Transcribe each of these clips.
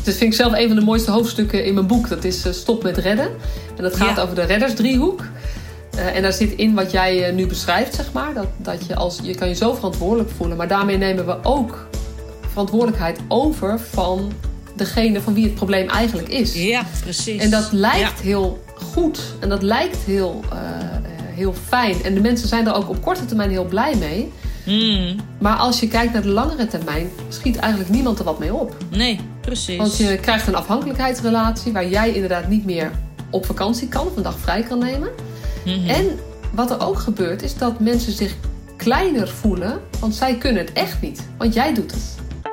Dat vind ik zelf een van de mooiste hoofdstukken in mijn boek. Dat is Stop met redden. En dat gaat over de reddersdriehoek. En daar zit in wat jij nu beschrijft, zeg maar. Dat je kan je zo verantwoordelijk voelen. Maar daarmee nemen we ook verantwoordelijkheid over van degene van wie het probleem eigenlijk is. Ja, precies. En dat lijkt heel goed. En dat lijkt heel fijn. En de mensen zijn er ook op korte termijn heel blij mee. Maar als je kijkt naar de langere termijn, schiet eigenlijk niemand er wat mee op. Nee, precies. Want je krijgt een afhankelijkheidsrelatie waar jij inderdaad niet meer op vakantie kan of een dag vrij kan nemen. En wat er ook gebeurt is dat mensen zich kleiner voelen, want zij kunnen het echt niet. Want jij doet het.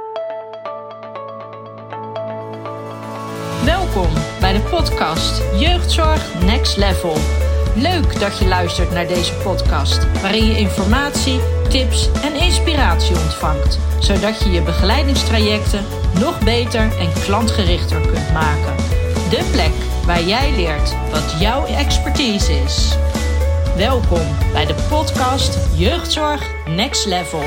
Welkom bij de podcast Jeugdzorg Next Level. Leuk dat je luistert naar deze podcast, waarin je informatie, tips en inspiratie ontvangt, zodat je je begeleidingstrajecten nog beter en klantgerichter kunt maken. De plek waar jij leert wat jouw expertise is. Welkom bij de podcast Jeugdzorg Next Level.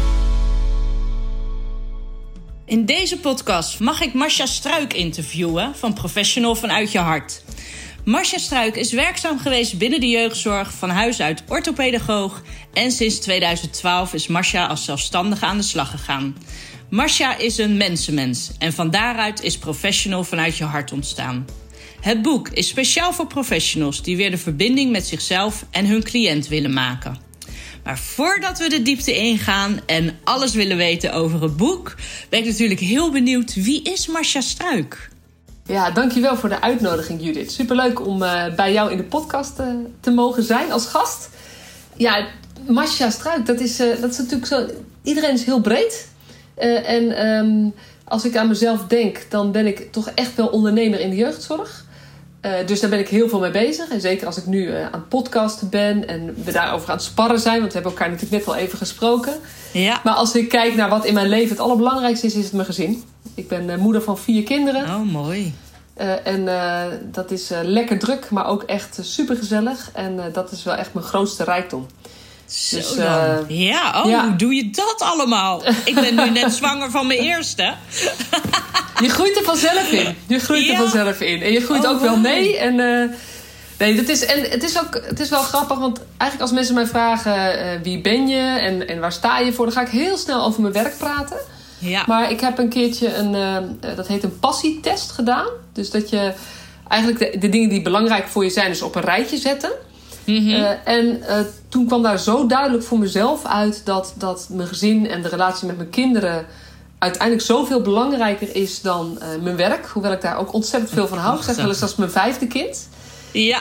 In deze podcast mag ik Marcia Struik interviewen van Professional vanuit je hart. Marcia Struik is werkzaam geweest binnen de jeugdzorg, van huis uit orthopedagoog. En sinds 2012 is Marcia als zelfstandige aan de slag gegaan. Marcia is een mensenmens en van daaruit is Professional vanuit je hart ontstaan. Het boek is speciaal voor professionals die weer de verbinding met zichzelf en hun cliënt willen maken. Maar voordat we de diepte ingaan en alles willen weten over het boek, ben ik natuurlijk heel benieuwd, wie is Marcia Struik? Ja, dankjewel voor de uitnodiging, Judith. Superleuk om bij jou in de podcast te mogen zijn als gast. Ja, Marcia Struik, dat is natuurlijk zo. Iedereen is heel breed. Als ik aan mezelf denk, dan ben ik toch echt wel ondernemer in de jeugdzorg. Dus daar ben ik heel veel mee bezig. En zeker als ik nu aan het podcasten ben en we daarover aan het sparren zijn. Want we hebben elkaar natuurlijk net al even gesproken. Ja. Maar als ik kijk naar wat in mijn leven het allerbelangrijkste is het mijn gezin. Ik ben moeder van 4 kinderen. Oh, mooi. Dat is lekker druk, maar ook echt supergezellig. En dat is wel echt mijn grootste rijkdom. Zo dus, dan. Hoe doe je dat allemaal? Ik ben nu net zwanger van mijn eerste. Je groeit er vanzelf in. En je groeit ook wel mee. En het is wel grappig, want eigenlijk als mensen mij vragen wie ben je en waar sta je voor, dan ga ik heel snel over mijn werk praten. Ja. Maar ik heb een keertje dat heet een passietest gedaan. Dus dat je eigenlijk de dingen die belangrijk voor je zijn, dus op een rijtje zetten. Toen kwam daar zo duidelijk voor mezelf uit dat mijn gezin en de relatie met mijn kinderen uiteindelijk zoveel belangrijker is dan mijn werk. Hoewel ik daar ook ontzettend veel van hou. Ik zeg wel eens, dat is mijn 5e kind. Ja.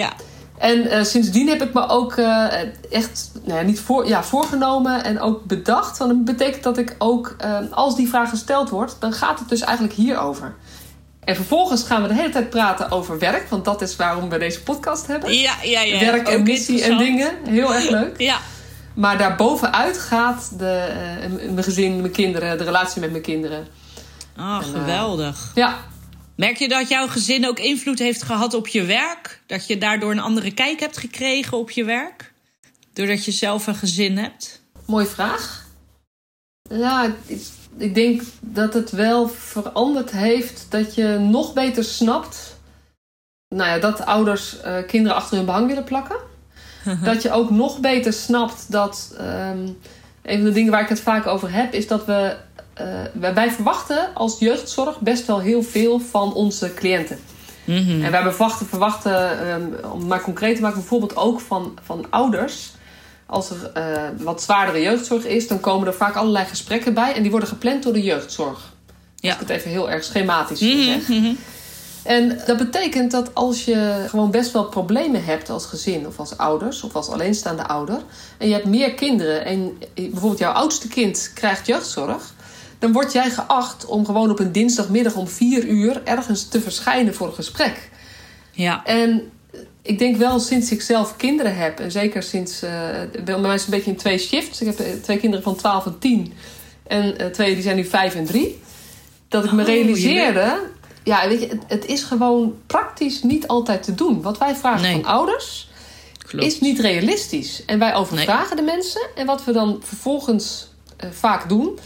En sindsdien heb ik me ook echt voorgenomen en ook bedacht. Want dat betekent dat ik ook, als die vraag gesteld wordt, dan gaat het dus eigenlijk hierover. En vervolgens gaan we de hele tijd praten over werk. Want dat is waarom we deze podcast hebben. Ja. Werk en missie en dingen. Heel erg leuk. Ja. Maar daarbovenuit gaat mijn gezin, mijn kinderen, de relatie met mijn kinderen. Oh, geweldig. Ja. Merk je dat jouw gezin ook invloed heeft gehad op je werk? Dat je daardoor een andere kijk hebt gekregen op je werk? Doordat je zelf een gezin hebt? Mooie vraag. Ja, ik denk dat het wel veranderd heeft dat je nog beter snapt dat ouders kinderen achter hun behang willen plakken. Dat je ook nog beter snapt dat een van de dingen waar ik het vaak over heb, is dat wij verwachten als jeugdzorg best wel heel veel van onze cliënten. En wij verwachten om het maar concreet te maken, bijvoorbeeld ook van ouders. Als er wat zwaardere jeugdzorg is, dan komen er vaak allerlei gesprekken bij. En die worden gepland door de jeugdzorg. Ja. Als ik het even heel erg schematisch zeg. En dat betekent dat als je gewoon best wel problemen hebt als gezin of als ouders of als alleenstaande ouder, en je hebt meer kinderen en bijvoorbeeld jouw oudste kind krijgt jeugdzorg, dan word jij geacht om gewoon op een dinsdagmiddag om 4 uur ergens te verschijnen voor een gesprek. Ja. En ik denk wel sinds ik zelf kinderen heb, en zeker sinds, bij mij is het een beetje in 2 shifts. Ik heb 2 kinderen van 12 en 10 en 2 die zijn nu 5 en 3. Dat ik me realiseerde, ja, weet je, het is gewoon praktisch niet altijd te doen. Wat wij vragen van ouders is niet realistisch. En wij overvragen de mensen. En wat we dan vervolgens vaak doen,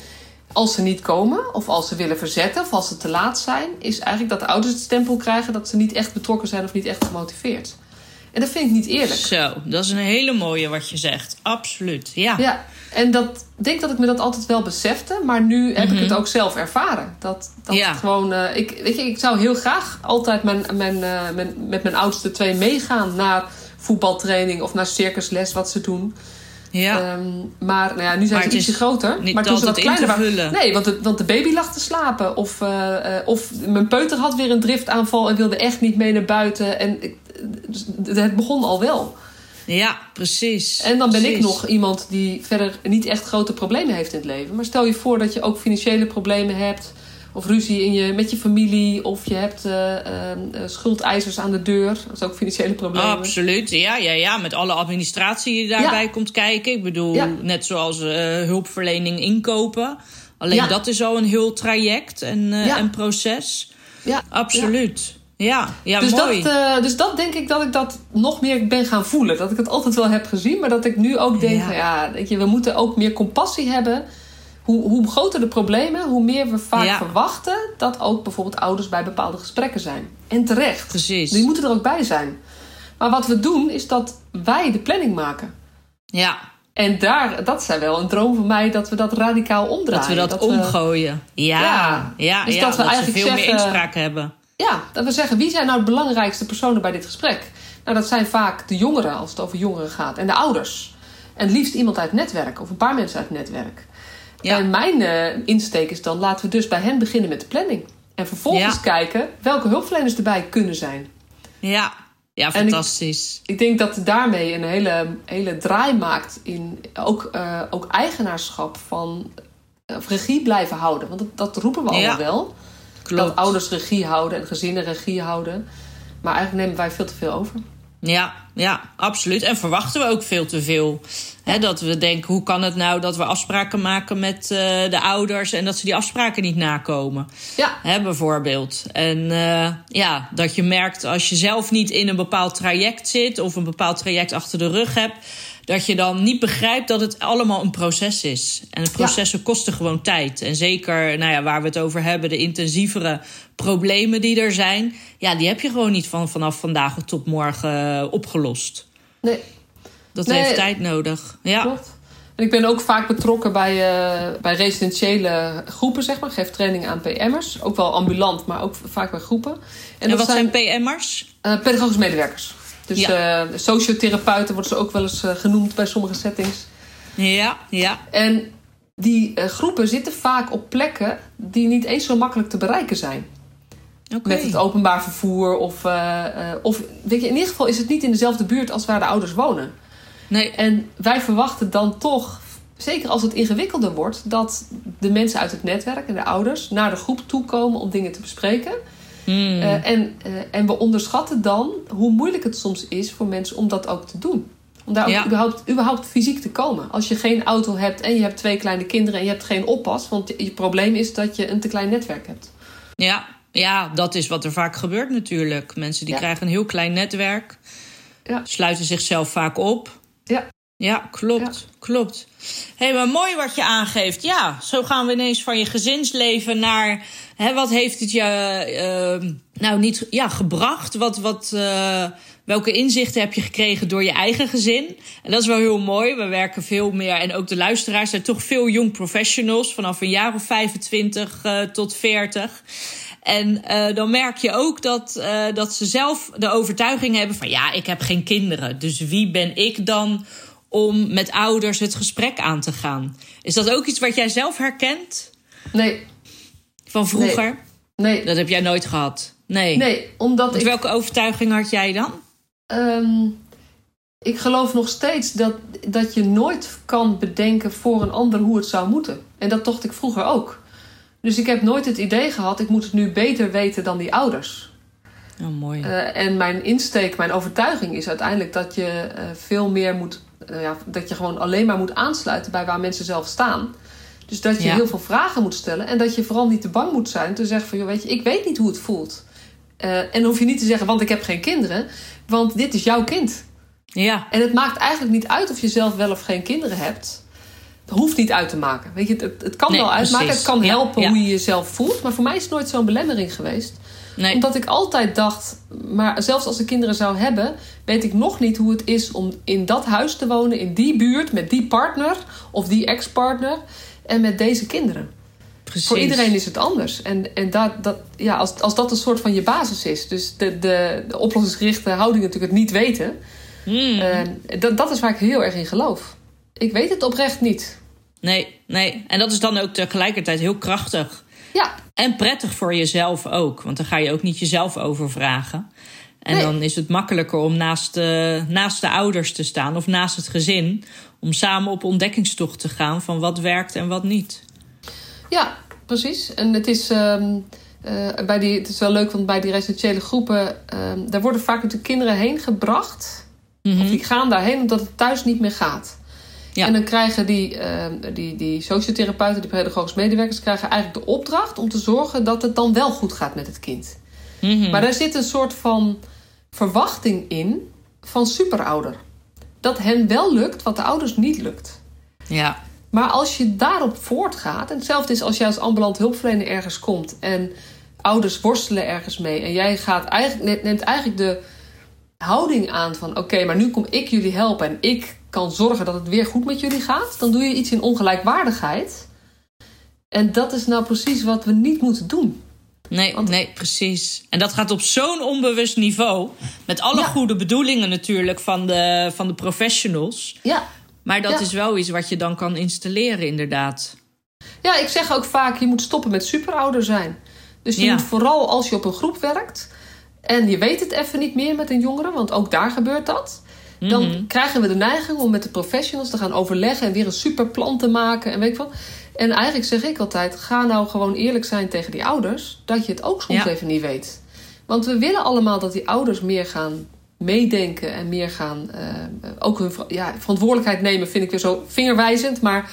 als ze niet komen, of als ze willen verzetten, of als ze te laat zijn, is eigenlijk dat de ouders het stempel krijgen dat ze niet echt betrokken zijn of niet echt gemotiveerd. En dat vind ik niet eerlijk. Zo, dat is een hele mooie wat je zegt. Absoluut, ja. Ja, en ik denk dat ik me dat altijd wel besefte, maar nu heb ik het ook zelf ervaren. Dat het gewoon, ik zou heel graag altijd met mijn oudste 2 meegaan naar voetbaltraining of naar circusles, wat ze doen. Ja. Maar nu zijn ze ietsje groter. Niet maar toen ze wat kleiner waren. Nee, want de baby lag te slapen. Of mijn peuter had weer een driftaanval en wilde echt niet mee naar buiten. En het begon al wel. Ja, precies. En dan ben ik nog iemand die verder niet echt grote problemen heeft in het leven. Maar stel je voor dat je ook financiële problemen hebt. Of ruzie met je familie. Of je hebt schuldeisers aan de deur. Dat is ook financiële problemen. Absoluut, ja. Met alle administratie die daarbij komt kijken. Ik bedoel, net zoals hulpverlening inkopen. Alleen dat is al een heel traject en proces. Ja, absoluut. Ja, dus mooi. Dus dat denk ik dat ik dat nog meer ben gaan voelen. Dat ik het altijd wel heb gezien. Maar dat ik nu ook denk, weet je, we moeten ook meer compassie hebben. Hoe groter de problemen, hoe meer we vaak verwachten dat ook bijvoorbeeld ouders bij bepaalde gesprekken zijn. En terecht. Precies. Die moeten er ook bij zijn. Maar wat we doen, is dat wij de planning maken. Ja. En dat is wel een droom van mij, dat we dat radicaal omdraaien. Dat we dat omgooien. Dus dat we eigenlijk veel meer inspraak hebben. Ja, dat we zeggen, wie zijn nou de belangrijkste personen bij dit gesprek? Nou, dat zijn vaak de jongeren, als het over jongeren gaat. En de ouders. En het liefst iemand uit het netwerk. Of een paar mensen uit het netwerk. Ja. En mijn insteek is dan, laten we dus bij hen beginnen met de planning. En vervolgens kijken welke hulpverleners erbij kunnen zijn. Ja, fantastisch. Ik denk dat het daarmee een hele draai maakt in ook eigenaarschap van regie blijven houden. Want dat roepen we allemaal wel. Klopt. Dat ouders regie houden en gezinnen regie houden. Maar eigenlijk nemen wij veel te veel over. Ja, absoluut. En verwachten we ook veel te veel. Dat we denken, hoe kan het nou dat we afspraken maken met de ouders en dat ze die afspraken niet nakomen? Ja. Bijvoorbeeld. En dat je merkt als je zelf niet in een bepaald traject zit of een bepaald traject achter de rug hebt, dat je dan niet begrijpt dat het allemaal een proces is. En de processen kosten gewoon tijd. En zeker, waar we het over hebben, de intensievere problemen die er zijn, die heb je gewoon niet vanaf vandaag tot morgen opgelost. Nee. Dat heeft tijd nodig. Ja. Klopt. En ik ben ook vaak betrokken bij residentiële groepen, zeg maar. Ik geef training aan PM'ers. Ook wel ambulant, maar ook vaak bij groepen. En wat zijn PM'ers? Pedagogische medewerkers. Dus sociotherapeuten worden ze ook wel eens genoemd bij sommige settings. Ja. En die groepen zitten vaak op plekken die niet eens zo makkelijk te bereiken zijn. Okay. Met het openbaar vervoer. Of weet je, in ieder geval is het niet in dezelfde buurt als waar de ouders wonen. Nee. En wij verwachten dan toch, zeker als het ingewikkelder wordt, dat de mensen uit het netwerk en de ouders naar de groep toekomen om dingen te bespreken. En we onderschatten dan hoe moeilijk het soms is voor mensen om dat ook te doen. Om daar ook überhaupt fysiek te komen. Als je geen auto hebt en je hebt 2 kleine kinderen en je hebt geen oppas. Want je probleem is dat je een te klein netwerk hebt. Ja, dat is wat er vaak gebeurt natuurlijk. Mensen die krijgen een heel klein netwerk. Sluiten zichzelf vaak op. Ja, klopt. Hé, maar mooi wat je aangeeft. Ja, zo gaan we ineens van je gezinsleven naar wat heeft het je gebracht? Welke inzichten heb je gekregen door je eigen gezin? En dat is wel heel mooi. We werken veel meer, en ook de luisteraars zijn toch veel young professionals, vanaf een jaar of 25 tot 40. En dan merk je ook dat ze zelf de overtuiging hebben van ik heb geen kinderen. Dus wie ben ik dan om met ouders het gesprek aan te gaan? Is dat ook iets wat jij zelf herkent? Nee. Van vroeger? Nee. Dat heb jij nooit gehad? Nee, omdat welke overtuiging had jij dan? Ik geloof nog steeds dat je nooit kan bedenken voor een ander hoe het zou moeten. En dat dacht ik vroeger ook. Dus ik heb nooit het idee gehad, ik moet het nu beter weten dan die ouders. Oh, mooi. En mijn insteek, mijn overtuiging is uiteindelijk dat je veel meer moet, dat je gewoon alleen maar moet aansluiten bij waar mensen zelf staan. Dus dat je heel veel vragen moet stellen. En dat je vooral niet te bang moet zijn te zeggen van, weet je, ik weet niet hoe het voelt. En dan hoef je niet te zeggen, want ik heb geen kinderen. Want dit is jouw kind. Ja. En het maakt eigenlijk niet uit of je zelf wel of geen kinderen hebt. Het hoeft niet uit te maken. Weet je, het kan wel uitmaken. Precies. Het kan helpen hoe je jezelf voelt. Maar voor mij is het nooit zo'n belemmering geweest. Nee. Omdat ik altijd dacht, maar zelfs als ik kinderen zou hebben, weet ik nog niet hoe het is om in dat huis te wonen, in die buurt, met die partner of die ex-partner en met deze kinderen. Precies. Voor iedereen is het anders. En als dat een soort van je basis is, dus de oplossingsgerichte houding natuurlijk het niet weten, dat is waar ik heel erg in geloof. Ik weet het oprecht niet. Nee. En dat is dan ook tegelijkertijd heel krachtig. Ja. En prettig voor jezelf ook. Want dan ga je ook niet jezelf overvragen. En dan is het makkelijker om naast de ouders te staan of naast het gezin. Om samen op ontdekkingstocht te gaan van wat werkt en wat niet. Ja, precies. En het is, het is wel leuk, want bij die residentiële groepen, daar worden vaak de kinderen heen gebracht. Mm-hmm. Of die gaan daarheen omdat het thuis niet meer gaat. Ja. En dan krijgen die sociotherapeuten, die pedagogische medewerkers, krijgen eigenlijk de opdracht om te zorgen dat het dan wel goed gaat met het kind. Mm-hmm. Maar daar zit een soort van verwachting in van superouder. Dat hen wel lukt wat de ouders niet lukt. Ja. Maar als je daarop voortgaat, en hetzelfde is als jij als ambulant hulpverlener ergens komt en ouders worstelen ergens mee en jij neemt eigenlijk de houding aan van oké, maar nu kom ik jullie helpen en ik kan zorgen dat het weer goed met jullie gaat, dan doe je iets in ongelijkwaardigheid. En dat is nou precies wat we niet moeten doen. Nee, precies. En dat gaat op zo'n onbewust niveau. Met alle goede bedoelingen natuurlijk van de professionals. Ja. Maar dat is wel iets wat je dan kan installeren, inderdaad. Ja, ik zeg ook vaak, je moet stoppen met superouder zijn. Dus je moet vooral als je op een groep werkt en je weet het even niet meer met een jongere, want ook daar gebeurt dat. Dan krijgen we de neiging om met de professionals te gaan overleggen en weer een superplan te maken en weet ik wat. En eigenlijk zeg ik altijd, ga nou gewoon eerlijk zijn tegen die ouders, dat je het ook soms even niet weet. Want we willen allemaal dat die ouders meer gaan meedenken en meer gaan ook hun verantwoordelijkheid nemen, vind ik weer zo vingerwijzend, maar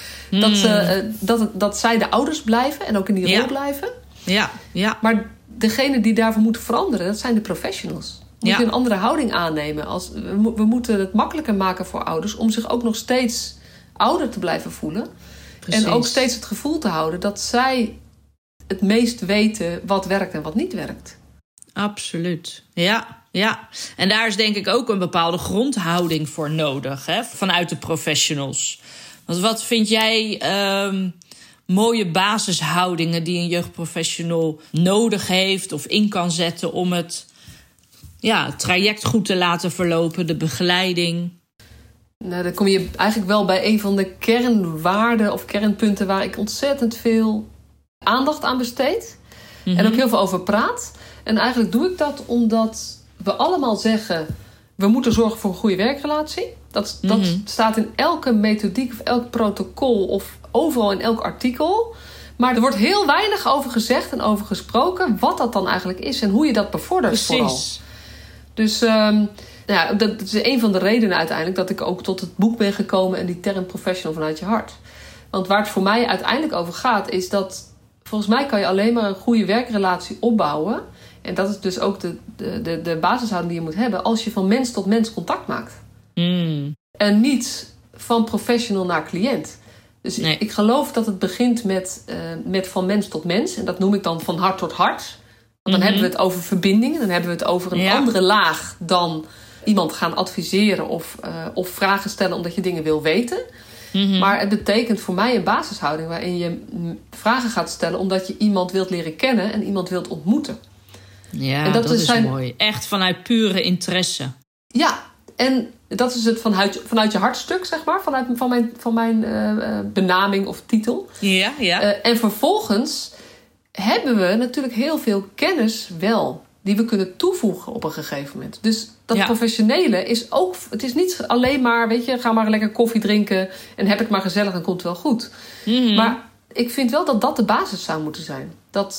dat zij de ouders blijven en ook in die rol blijven. Ja. Maar degene die daarvoor moeten veranderen, dat zijn de professionals. We moeten een andere houding aannemen. We moeten het makkelijker maken voor ouders om zich ook nog steeds ouder te blijven voelen. Precies. En ook steeds het gevoel te houden dat zij het meest weten wat werkt en wat niet werkt. Absoluut. Ja. En daar is denk ik ook een bepaalde grondhouding voor nodig, hè? Vanuit de professionals. Want wat vind jij mooie basishoudingen die een jeugdprofessional nodig heeft of in kan zetten om het traject goed te laten verlopen, de begeleiding? Nou, dan kom je eigenlijk wel bij een van de kernwaarden of kernpunten waar ik ontzettend veel aandacht aan besteed. Mm-hmm. En ook heel veel over praat. En eigenlijk doe ik dat omdat we allemaal zeggen, we moeten zorgen voor een goede werkrelatie. Dat staat in elke methodiek of elk protocol of overal in elk artikel. Maar er wordt heel weinig over gezegd en over gesproken wat dat dan eigenlijk is en hoe je dat bevordert. Precies. Vooral. Dus dat is een van de redenen uiteindelijk dat ik ook tot het boek ben gekomen en die term professional vanuit je hart. Want waar het voor mij uiteindelijk over gaat is dat volgens mij kan je alleen maar een goede werkrelatie opbouwen. En dat is dus ook de basishouding die je moet hebben als je van mens tot mens contact maakt. En niet van professional naar cliënt. Dus ik geloof dat het begint met van mens tot mens. En dat noem ik dan van hart tot hart. Want dan hebben we het over verbindingen. Dan hebben we het over een andere laag dan iemand gaan adviseren of vragen stellen omdat je dingen wil weten. Mm-hmm. Maar het betekent voor mij een basishouding waarin je vragen gaat stellen omdat je iemand wilt leren kennen en iemand wilt ontmoeten. Ja, en dat is mooi. Echt vanuit pure interesse. Ja, en dat is het vanuit je hartstuk, zeg maar. Van mijn benaming of titel. Ja. En vervolgens hebben we natuurlijk heel veel kennis wel die we kunnen toevoegen op een gegeven moment. Dus dat professionele is ook, het is niet alleen maar, weet je, ga maar lekker koffie drinken en heb het maar gezellig en komt het wel goed. Mm-hmm. Maar ik vind wel dat dat de basis zou moeten zijn.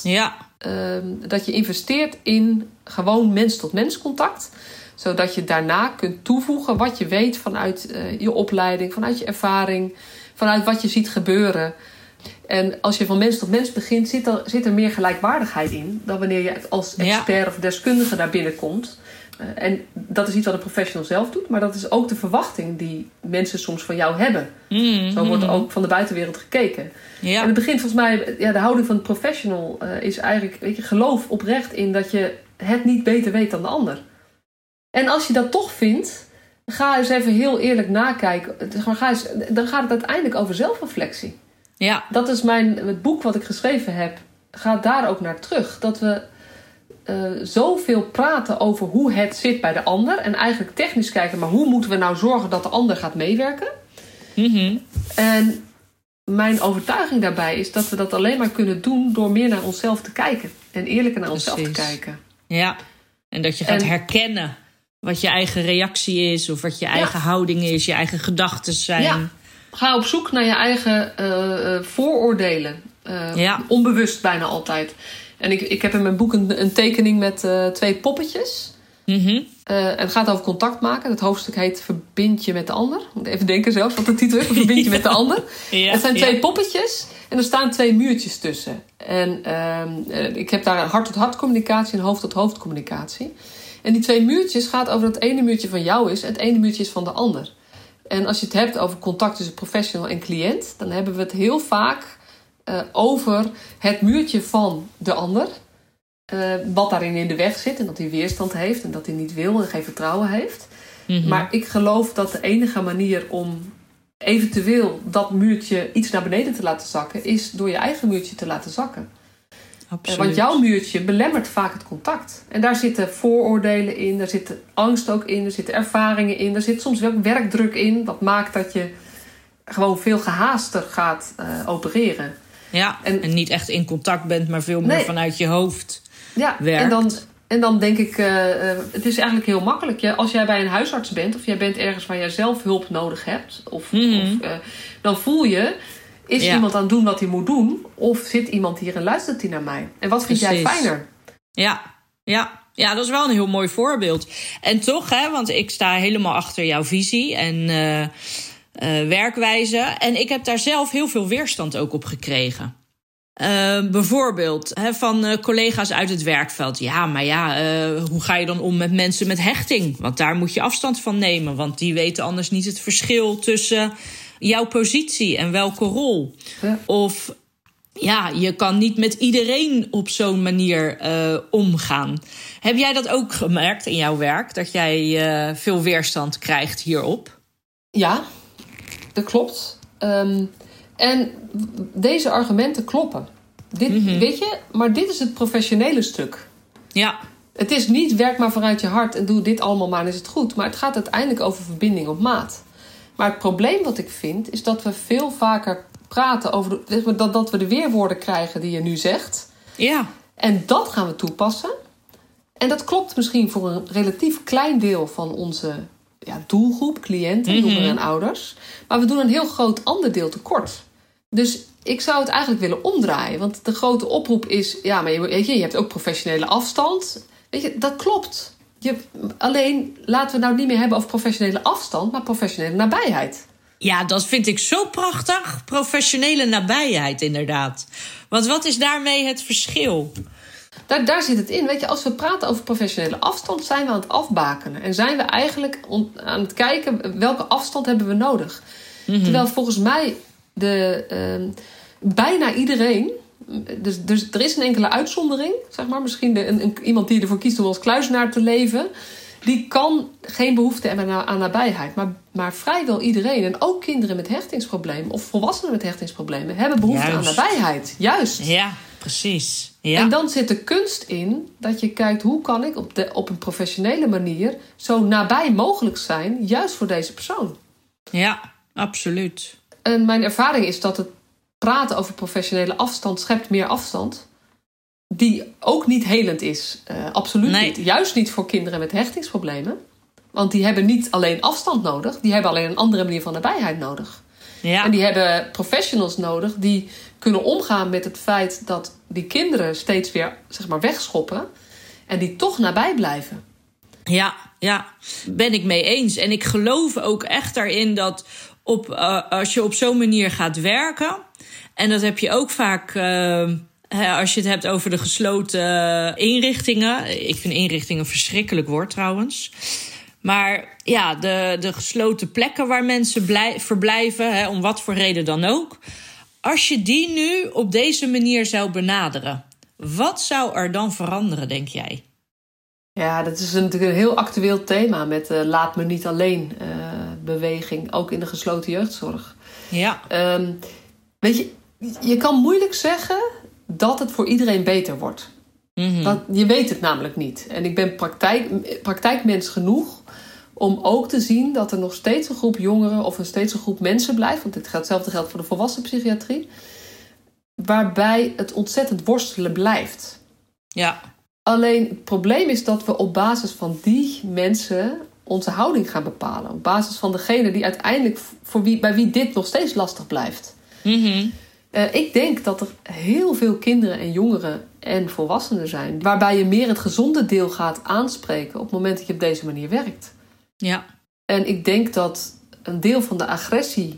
Dat je investeert in gewoon mens-tot-mens contact, zodat je daarna kunt toevoegen wat je weet vanuit je opleiding, vanuit je ervaring, vanuit wat je ziet gebeuren. En als je van mens tot mens begint, zit er meer gelijkwaardigheid in dan wanneer je als expert of deskundige daar binnenkomt. En dat is iets wat een professional zelf doet. Maar dat is ook de verwachting die mensen soms van jou hebben. Zo wordt er ook van de buitenwereld gekeken. Ja. En het begint volgens mij... de houding van de professional is eigenlijk... geloof oprecht in dat je het niet beter weet dan de ander. En als je dat toch vindt... ga eens even heel eerlijk nakijken. Dan gaat het uiteindelijk over zelfreflectie. Ja. Dat is het boek wat ik geschreven heb... gaat daar ook naar terug. Dat we zoveel praten over hoe het zit bij de ander... en eigenlijk technisch kijken... maar hoe moeten we nou zorgen dat de ander gaat meewerken? En mijn overtuiging daarbij is... dat we dat alleen maar kunnen doen... door meer naar onszelf te kijken. En eerlijker naar onszelf te kijken. Ja, en dat je gaat herkennen... wat je eigen reactie is... of wat je eigen houding is... je eigen gedachten zijn. Ja. Ga op zoek naar je eigen vooroordelen. Onbewust bijna altijd. En ik heb in mijn boek een tekening met 2 poppetjes. En het gaat over contact maken. Het hoofdstuk heet Verbind je met de ander. Ik moet even denken zelf wat de titel is. Verbind je met de ander. Het zijn 2 poppetjes. En er staan 2 muurtjes tussen. En ik heb daar een hart-tot-hart communicatie... en hoofd-tot-hoofd communicatie. En die 2 muurtjes gaat over dat het ene muurtje van jou is... en het ene muurtje is van de ander. En als je het hebt over contact tussen professional en cliënt... dan hebben we het heel vaak over het muurtje van de ander. Wat daarin in de weg zit en dat hij weerstand heeft... en dat hij niet wil en geen vertrouwen heeft. Maar ik geloof dat de enige manier om eventueel dat muurtje iets naar beneden te laten zakken... is door je eigen muurtje te laten zakken. Want jouw muurtje belemmert vaak het contact. En daar zitten vooroordelen in, daar zit angst ook in... er zitten ervaringen in, er zit soms wel werkdruk in... wat maakt dat je gewoon veel gehaaster gaat opereren. Ja, en niet echt in contact bent, maar veel meer vanuit je hoofd werkt. En dan denk ik, het is eigenlijk heel makkelijk. Als jij bij een huisarts bent of jij bent ergens waar jij zelf hulp nodig hebt... dan voel je... Is iemand aan het doen wat hij moet doen? Of zit iemand hier en luistert hij naar mij? En wat vind jij fijner? Ja, dat is wel een heel mooi voorbeeld. En toch, want ik sta helemaal achter jouw visie en werkwijze. En ik heb daar zelf heel veel weerstand ook op gekregen. Bijvoorbeeld van collega's uit het werkveld. Ja, maar hoe ga je dan om met mensen met hechting? Want daar moet je afstand van nemen. Want die weten anders niet het verschil tussen... jouw positie en welke rol. Ja. Of je kan niet met iedereen op zo'n manier omgaan. Heb jij dat ook gemerkt in jouw werk? Dat jij veel weerstand krijgt hierop? Ja, dat klopt. En deze argumenten kloppen. Weet je, maar dit is het professionele stuk. Ja. Het is niet werk maar vanuit je hart en doe dit allemaal maar en is het goed. Maar het gaat uiteindelijk over verbinding op maat. Maar het probleem wat ik vind, is dat we veel vaker praten over... dat we de weerwoorden krijgen die je nu zegt. Ja. En dat gaan we toepassen. En dat klopt misschien voor een relatief klein deel van onze doelgroep, cliënten, jongeren en ouders. Maar we doen een heel groot ander deel tekort. Dus ik zou het eigenlijk willen omdraaien. Want de grote oproep is... maar je hebt ook professionele afstand. Weet je, dat klopt. Alleen laten we het nou niet meer hebben over professionele afstand... maar professionele nabijheid. Ja, dat vind ik zo prachtig. Professionele nabijheid, inderdaad. Want wat is daarmee het verschil? Daar zit het in. Weet je, als we praten over professionele afstand... zijn we aan het afbakenen. En zijn we eigenlijk aan het kijken... welke afstand hebben we nodig. Terwijl volgens mij bijna iedereen... Dus er is een enkele uitzondering, zeg maar. Misschien iemand die ervoor kiest om als kluizenaar te leven. Die kan geen behoefte hebben aan nabijheid. Maar vrijwel iedereen, en ook kinderen met hechtingsproblemen... of volwassenen met hechtingsproblemen... hebben behoefte aan nabijheid. Juist. Ja, precies. Ja. En dan zit de kunst in dat je kijkt... hoe kan ik op een professionele manier... zo nabij mogelijk zijn, juist voor deze persoon. Ja, absoluut. En mijn ervaring is dat het praten over professionele afstand schept meer afstand. Die ook niet helend is. Absoluut niet. Juist niet voor kinderen met hechtingsproblemen. Want die hebben niet alleen afstand nodig. Die hebben alleen een andere manier van nabijheid nodig. Ja. En die hebben professionals nodig die kunnen omgaan met het feit dat die kinderen steeds weer wegschoppen. En die toch nabij blijven. Ja, ben ik mee eens. En ik geloof ook echt daarin dat als je op zo'n manier gaat werken... en dat heb je ook vaak Als je het hebt over de gesloten inrichtingen. Ik vind inrichtingen een verschrikkelijk woord trouwens. Maar ja, de gesloten plekken waar mensen verblijven, om wat voor reden dan ook. Als je die nu op deze manier zou benaderen, wat zou er dan veranderen, denk jij? Ja, dat is natuurlijk een heel actueel thema met laat me niet alleen beweging, ook in de gesloten jeugdzorg. Ja. Weet je, je kan moeilijk zeggen dat het voor iedereen beter wordt. Mm-hmm. Je weet het namelijk niet. En ik ben praktijkmens genoeg om ook te zien dat er nog steeds een groep jongeren of steeds een groep mensen blijft, want hetzelfde geldt voor de volwassen psychiatrie, waarbij het ontzettend worstelen blijft. Ja. Alleen het probleem is dat we op basis van die mensen onze houding gaan bepalen. Op basis van degene die uiteindelijk bij wie dit nog steeds lastig blijft. Mm-hmm. Ik denk dat er heel veel kinderen en jongeren en volwassenen zijn waarbij je meer het gezonde deel gaat aanspreken op het moment dat je op deze manier werkt. Ja. En ik denk dat een deel van de agressie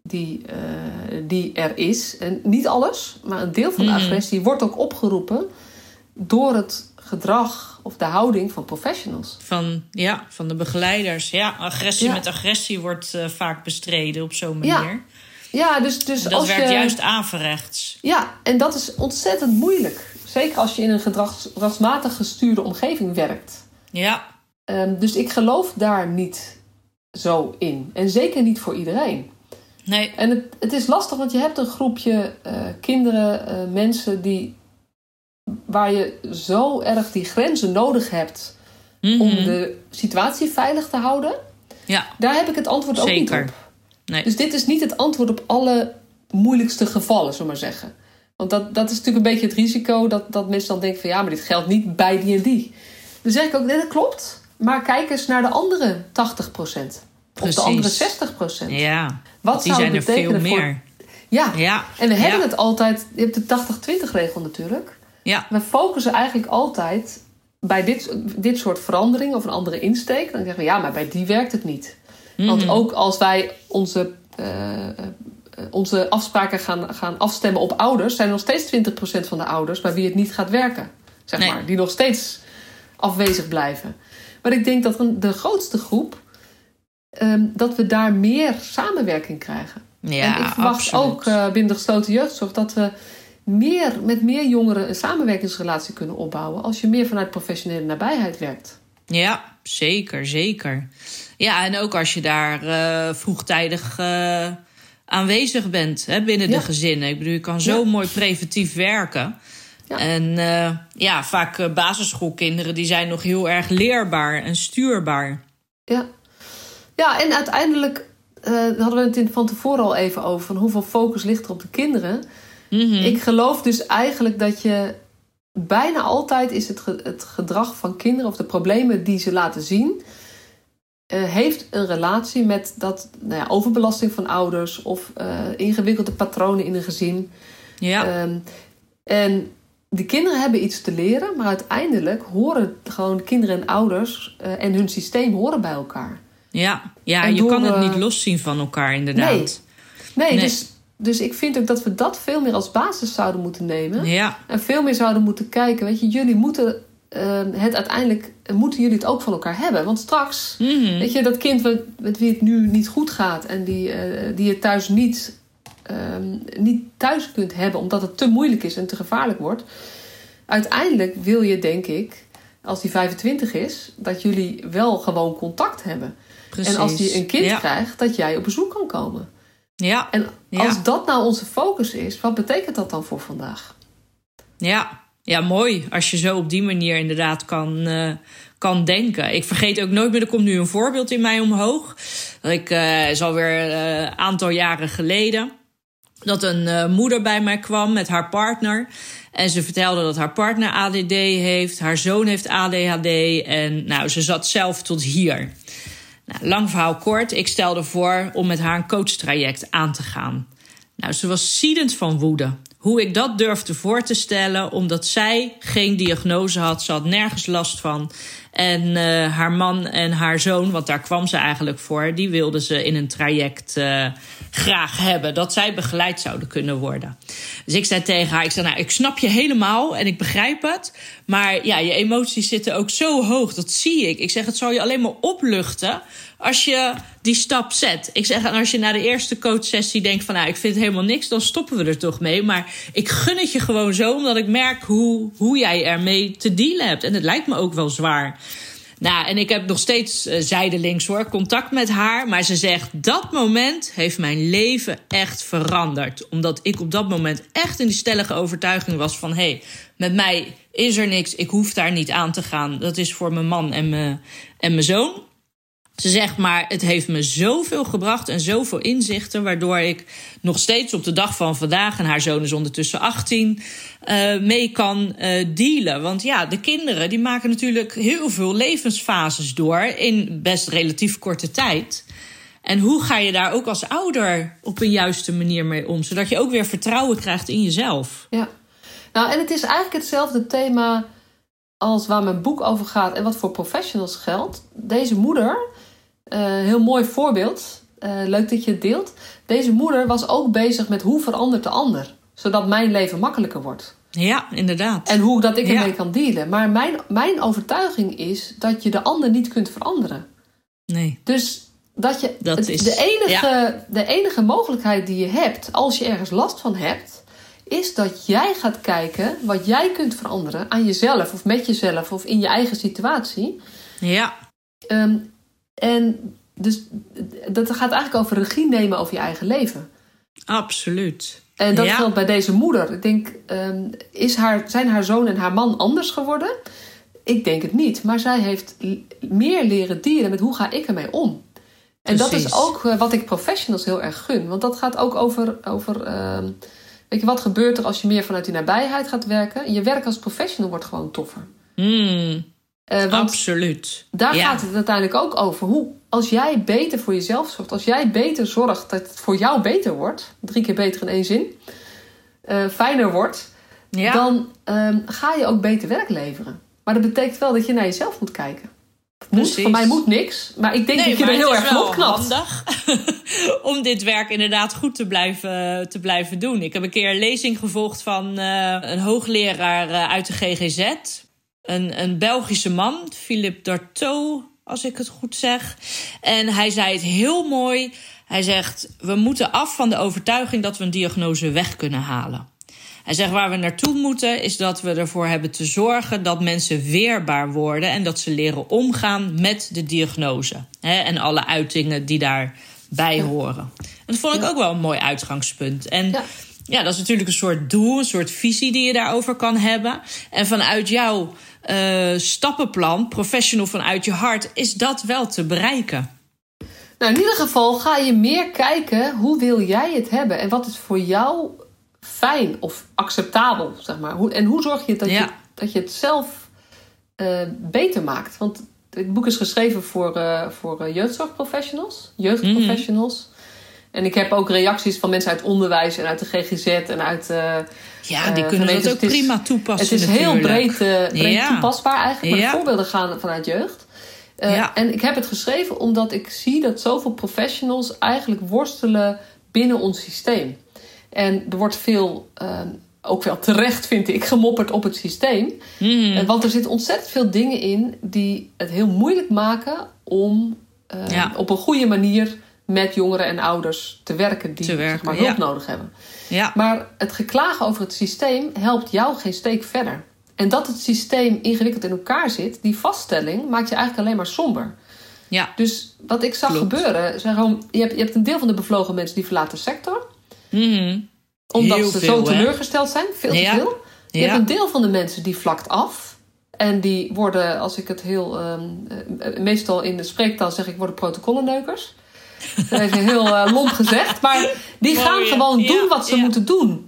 die er is, en niet alles, maar een deel van de agressie wordt ook opgeroepen door het gedrag of de houding van professionals. Van de begeleiders. Ja, agressie met agressie wordt vaak bestreden op zo'n manier. Ja, dus dat als werkt juist averechts. Ja, en dat is ontzettend moeilijk. Zeker als je in een gedragsmatig gestuurde omgeving werkt. Ja. Dus ik geloof daar niet zo in. En zeker niet voor iedereen. Nee. En het is lastig, want je hebt een groepje kinderen, mensen waar je zo erg die grenzen nodig hebt om de situatie veilig te houden. Ja. Daar heb ik het antwoord ook niet op. Nee. Dus dit is niet het antwoord op alle moeilijkste gevallen, zullen we maar zeggen. Want dat is natuurlijk een beetje het risico dat mensen dan denken van ja, maar dit geldt niet bij die en die. Dan zeg ik ook, nee, dat klopt. Maar kijk eens naar de andere 80%. Precies. Of de andere 60%. Ja, wat die zou zijn het er betekenen veel meer. Ja, en we hebben het altijd. Je hebt de 80-20 regel natuurlijk. Ja. We focussen eigenlijk altijd bij dit soort veranderingen of een andere insteek. Dan zeggen we ja, maar bij die werkt het niet. Want ook als wij onze afspraken gaan afstemmen op ouders, zijn er nog steeds 20% van de ouders bij wie het niet gaat werken. Zeg maar, die nog steeds afwezig blijven. Maar ik denk dat de grootste groep, dat we daar meer samenwerking krijgen. Ja, en ik verwacht ook binnen de gesloten jeugdzorg dat we met meer jongeren een samenwerkingsrelatie kunnen opbouwen als je meer vanuit professionele nabijheid werkt. Ja, zeker. Ja, en ook als je daar vroegtijdig aanwezig bent binnen de gezinnen. Ik bedoel, je kan zo mooi preventief werken. Ja. En vaak basisschoolkinderen die zijn nog heel erg leerbaar en stuurbaar. Ja, en uiteindelijk hadden we het van tevoren al even over van hoeveel focus ligt er op de kinderen. Ik geloof dus eigenlijk dat je bijna altijd is het gedrag van kinderen of de problemen die ze laten zien, heeft een relatie met dat overbelasting van ouders of ingewikkelde patronen in een gezin. Ja. En de kinderen hebben iets te leren, maar uiteindelijk horen gewoon kinderen en ouders en hun systeem horen bij elkaar. Ja, je kan het niet loszien van elkaar inderdaad. Nee. Dus ik vind ook dat we dat veel meer als basis zouden moeten nemen. Ja. En veel meer zouden moeten kijken. Weet je, jullie moeten moeten jullie het ook van elkaar hebben. Want straks, weet je, dat kind met wie het nu niet goed gaat en die je thuis niet thuis kunt hebben omdat het te moeilijk is en te gevaarlijk wordt. Uiteindelijk wil je, denk ik, als die 25 is, dat jullie wel gewoon contact hebben. Precies. En als die een kind krijgt, dat jij op bezoek kan komen. Ja. En als dat nou onze focus is, wat betekent dat dan voor vandaag? Ja, mooi. Als je zo op die manier inderdaad kan denken. Ik vergeet ook nooit meer, er komt nu een voorbeeld in mij omhoog. Ik is alweer een aantal jaren geleden dat een moeder bij mij kwam met haar partner. En ze vertelde dat haar partner ADD heeft. Haar zoon heeft ADHD. En ze zat zelf tot hier. Lang verhaal kort. Ik stelde voor om met haar een coachtraject aan te gaan. Ze was ziedend van woede. hoe ik dat durfde voor te stellen, omdat zij geen diagnose had. Ze had nergens last van. En haar man en haar zoon, want daar kwam ze eigenlijk voor, die wilden ze in een traject graag hebben. Dat zij begeleid zouden kunnen worden. Dus ik zei tegen haar, ik snap je helemaal en ik begrijp het. Maar ja, je emoties zitten ook zo hoog, dat zie ik. Ik zeg, het zal je alleen maar opluchten als je die stap zet. Ik zeg, en als je na de eerste coachsessie denkt van, ik vind helemaal niks, dan stoppen we er toch mee. Maar ik gun het je gewoon zo, omdat ik merk hoe jij ermee te dealen hebt. En het lijkt me ook wel zwaar. Nou, en ik heb nog steeds zijdelings contact met haar. Maar ze zegt, dat moment heeft mijn leven echt veranderd. Omdat ik op dat moment echt in die stellige overtuiging was van, met mij is er niks. Ik hoef daar niet aan te gaan. Dat is voor mijn man en mijn zoon. Ze zegt, maar het heeft me zoveel gebracht en zoveel inzichten, waardoor ik nog steeds op de dag van vandaag, en haar zoon is ondertussen 18, mee kan dealen. Want ja, de kinderen die maken natuurlijk heel veel levensfases door in best relatief korte tijd. En hoe ga je daar ook als ouder op een juiste manier mee om, zodat je ook weer vertrouwen krijgt in jezelf? Ja, nou, en het is eigenlijk hetzelfde thema als waar mijn boek over gaat en wat voor professionals geldt. Deze moeder, heel mooi voorbeeld, leuk dat je het deelt. Deze moeder was ook bezig met hoe verandert de ander, zodat mijn leven makkelijker wordt. Ja, inderdaad. En hoe dat ik ermee kan dealen. Maar mijn overtuiging is dat je de ander niet kunt veranderen. Nee. Dus dat je de enige mogelijkheid die je hebt als je ergens last van hebt, is dat jij gaat kijken wat jij kunt veranderen aan jezelf of met jezelf of in je eigen situatie. Ja. En dus dat gaat eigenlijk over regie nemen over je eigen leven. Absoluut. En dat geldt bij deze moeder. Ik denk, zijn haar zoon en haar man anders geworden? Ik denk het niet. Maar zij heeft meer leren dealen met hoe ga ik ermee om. En dat is ook wat ik professionals heel erg gun. Want dat gaat ook over weet je, wat gebeurt er als je meer vanuit die nabijheid gaat werken? Je werk als professional wordt gewoon toffer. Absoluut. Daar gaat het uiteindelijk ook over. Als jij beter voor jezelf zorgt, als jij beter zorgt dat het voor jou beter wordt, 3 keer beter in 1 zin, fijner wordt, dan ga je ook beter werk leveren. Maar dat betekent wel dat je naar jezelf moet kijken. Voor mij moet niks, maar ik denk dat je er heel erg op knapt. Het is wel handig om dit werk inderdaad goed te blijven doen. Ik heb een keer een lezing gevolgd van een hoogleraar uit de GGZ. Een Belgische man, Philippe Dartot, als ik het goed zeg. En hij zei het heel mooi. Hij zegt, we moeten af van de overtuiging dat we een diagnose weg kunnen halen. Hij zegt, waar we naartoe moeten is dat we ervoor hebben te zorgen dat mensen weerbaar worden en dat ze leren omgaan met de diagnose. En alle uitingen die daarbij horen. En dat vond ik ook wel een mooi uitgangspunt. En ja, dat is natuurlijk een soort doel, een soort visie die je daarover kan hebben. En vanuit jouw stappenplan, professional vanuit je hart, is dat wel te bereiken. Nou, in ieder geval ga je meer kijken, hoe wil jij het hebben? En wat is voor jou fijn of acceptabel, zeg maar. En hoe zorg je dat je het zelf beter maakt? Want het boek is geschreven voor jeugdzorgprofessionals, jeugdprofessionals. En ik heb ook reacties van mensen uit onderwijs en uit de GGZ en uit die kunnen dat ook prima toepassen. Het is heel breed toepasbaar eigenlijk, maar de voorbeelden gaan vanuit jeugd. En ik heb het geschreven omdat ik zie dat zoveel professionals eigenlijk worstelen binnen ons systeem. En er wordt veel, ook wel terecht vind ik, gemopperd op het systeem. Want er zitten ontzettend veel dingen in die het heel moeilijk maken om op een goede manier met jongeren en ouders te werken die zeg maar, hulp nodig hebben. Ja. Maar het geklagen over het systeem helpt jou geen steek verder. En dat het systeem ingewikkeld in elkaar zit, die vaststelling maakt je eigenlijk alleen maar somber. Ja. Dus wat ik zag gebeuren, je hebt een deel van de bevlogen mensen die verlaten de sector. Omdat ze zo teleurgesteld zijn, veel te veel. Je hebt een deel van de mensen die vlakt af. En die worden, als ik het meestal in de spreektaal zeg ik, worden protocollenneukers. Dat is even heel lomp gezegd. Maar die gaan gewoon doen wat ze moeten doen.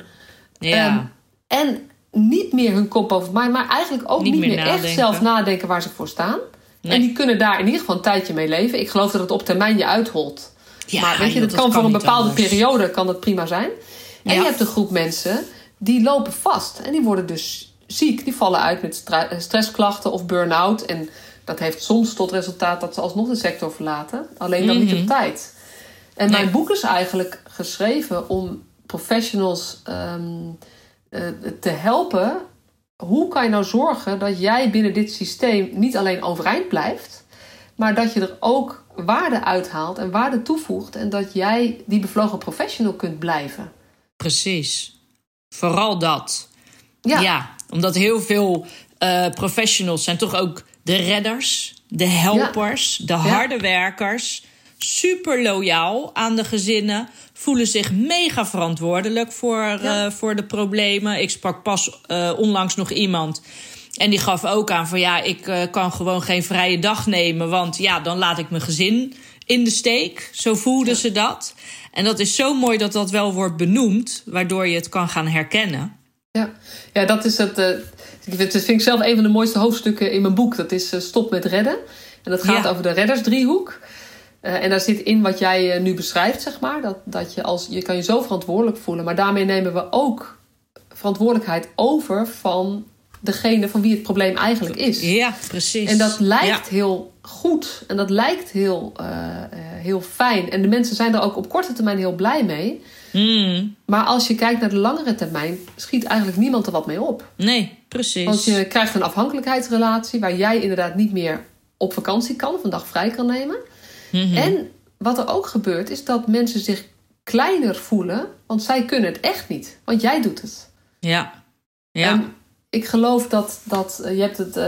En niet meer hun kop over mij, maar eigenlijk ook niet meer echt zelf nadenken waar ze voor staan. Nee. En die kunnen daar in ieder geval een tijdje mee leven. Ik geloof dat het op termijn je uitholt. Maar weet je, dat kan voor een bepaalde periode kan dat prima zijn. En je hebt een groep mensen die lopen vast. En die worden dus ziek. Die vallen uit met stressklachten of burn-out. En dat heeft soms tot resultaat dat ze alsnog de sector verlaten. Alleen dan niet op tijd. En mijn boek is eigenlijk geschreven om professionals te helpen. Hoe kan je nou zorgen dat jij binnen dit systeem niet alleen overeind blijft, maar dat je er ook waarde uithaalt en waarde toevoegt en dat jij die bevlogen professional kunt blijven. Precies. Vooral dat. Ja. Ja, omdat heel veel professionals zijn toch ook de redders, de helpers, de harde werkers. Super loyaal aan de gezinnen. Voelen zich mega verantwoordelijk voor de problemen. Ik sprak pas onlangs nog iemand. En die gaf ook aan van ik kan gewoon geen vrije dag nemen. Want dan laat ik mijn gezin in de steek. Zo voelden ze dat. En dat is zo mooi dat dat wel wordt benoemd. Waardoor je het kan gaan herkennen. Ja, dat is het. Dat vind ik zelf een van de mooiste hoofdstukken in mijn boek. Dat is Stop met redden. En dat gaat over de reddersdriehoek. En daar zit in wat jij nu beschrijft, zeg maar. Dat je kan je zo verantwoordelijk voelen. Maar daarmee nemen we ook verantwoordelijkheid over van degene van wie het probleem eigenlijk is. Ja, precies. En dat lijkt heel goed. En dat lijkt heel fijn. En de mensen zijn er ook op korte termijn heel blij mee. Maar als je kijkt naar de langere termijn, schiet eigenlijk niemand er wat mee op. Nee, precies. Want je krijgt een afhankelijkheidsrelatie waar jij inderdaad niet meer op vakantie kan of een dag vrij kan nemen. En wat er ook gebeurt is dat mensen zich kleiner voelen, want zij kunnen het echt niet. Want jij doet het. Ja. En ik geloof dat je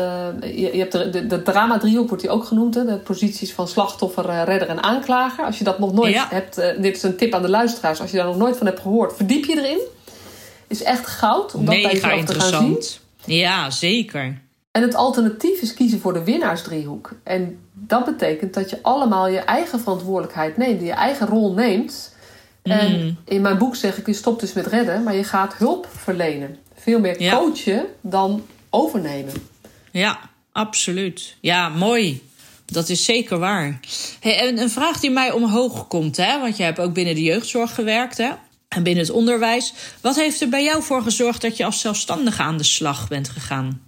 hebt de drama-driehoek, wordt die ook genoemd. Hè? De posities van slachtoffer, redder en aanklager. Als je dat nog nooit hebt, dit is een tip aan de luisteraars. Als je daar nog nooit van hebt gehoord, verdiep je erin. Is echt goud om dat bij jezelf te gaan zien. Ja, zeker. En het alternatief is kiezen voor de winnaarsdriehoek. En dat betekent dat je allemaal je eigen verantwoordelijkheid neemt. Je eigen rol neemt. En in mijn boek zeg ik, je stopt dus met redden, maar je gaat hulp verlenen. Veel meer coachen dan overnemen. Ja, absoluut. Ja, mooi. Dat is zeker waar. Hey, en een vraag die mij omhoog komt, hè? Want jij hebt ook binnen de jeugdzorg gewerkt, hè? En binnen het onderwijs. Wat heeft er bij jou voor gezorgd dat je als zelfstandige aan de slag bent gegaan?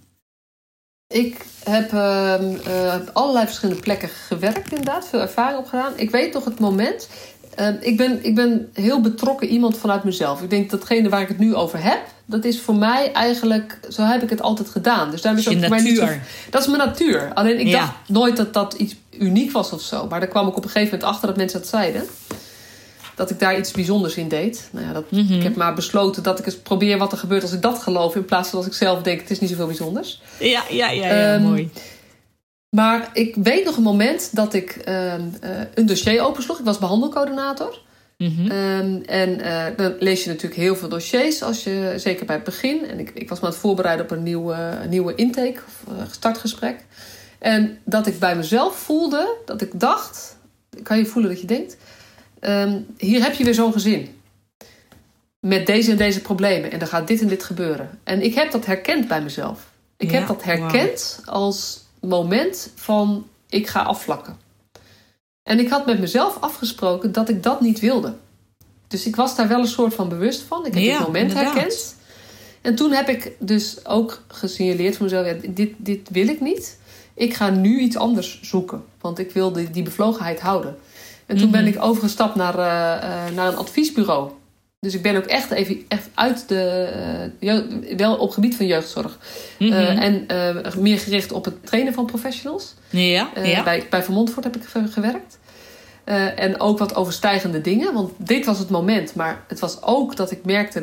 Ik heb allerlei verschillende plekken gewerkt, inderdaad. Veel ervaring opgedaan. Ik weet nog het moment. Ik ben heel betrokken iemand vanuit mezelf. Ik denk datgene waar ik het nu over heb, dat is voor mij eigenlijk, zo heb ik het altijd gedaan. Dus daar is ook voor mij niet zo, dat is mijn natuur. Alleen ik dacht nooit dat dat iets uniek was of zo. Maar daar kwam ik op een gegeven moment achter dat mensen dat zeiden. Dat ik daar iets bijzonders in deed. Nou ja, ik heb maar besloten dat ik eens probeer wat er gebeurt als ik dat geloof. In plaats van als ik zelf denk, het is niet zoveel bijzonders. Ja, mooi. Maar ik weet nog een moment dat ik een dossier opensloeg. Ik was behandelcoördinator. Dan lees je natuurlijk heel veel dossiers, zeker bij het begin. En ik was me aan het voorbereiden op een nieuwe intake, of startgesprek. En dat ik bij mezelf voelde, dat ik dacht, kan je voelen dat je denkt, hier heb je weer zo'n gezin. Met deze en deze problemen. En er gaat dit en dit gebeuren. En ik heb dat herkend bij mezelf. Ik heb dat herkend als moment van ik ga afvlakken. En ik had met mezelf afgesproken dat ik dat niet wilde. Dus ik was daar wel een soort van bewust van. Ik heb dit moment herkend. En toen heb ik dus ook gesignaleerd voor mezelf, dit wil ik niet. Ik ga nu iets anders zoeken. Want ik wil die bevlogenheid houden. En toen ben ik overgestapt naar een adviesbureau. Dus ik ben ook echt uit wel op gebied van jeugdzorg. En meer gericht op het trainen van professionals. Bij Van Montfort heb ik gewerkt. En ook wat overstijgende dingen. Want dit was het moment. Maar het was ook dat ik merkte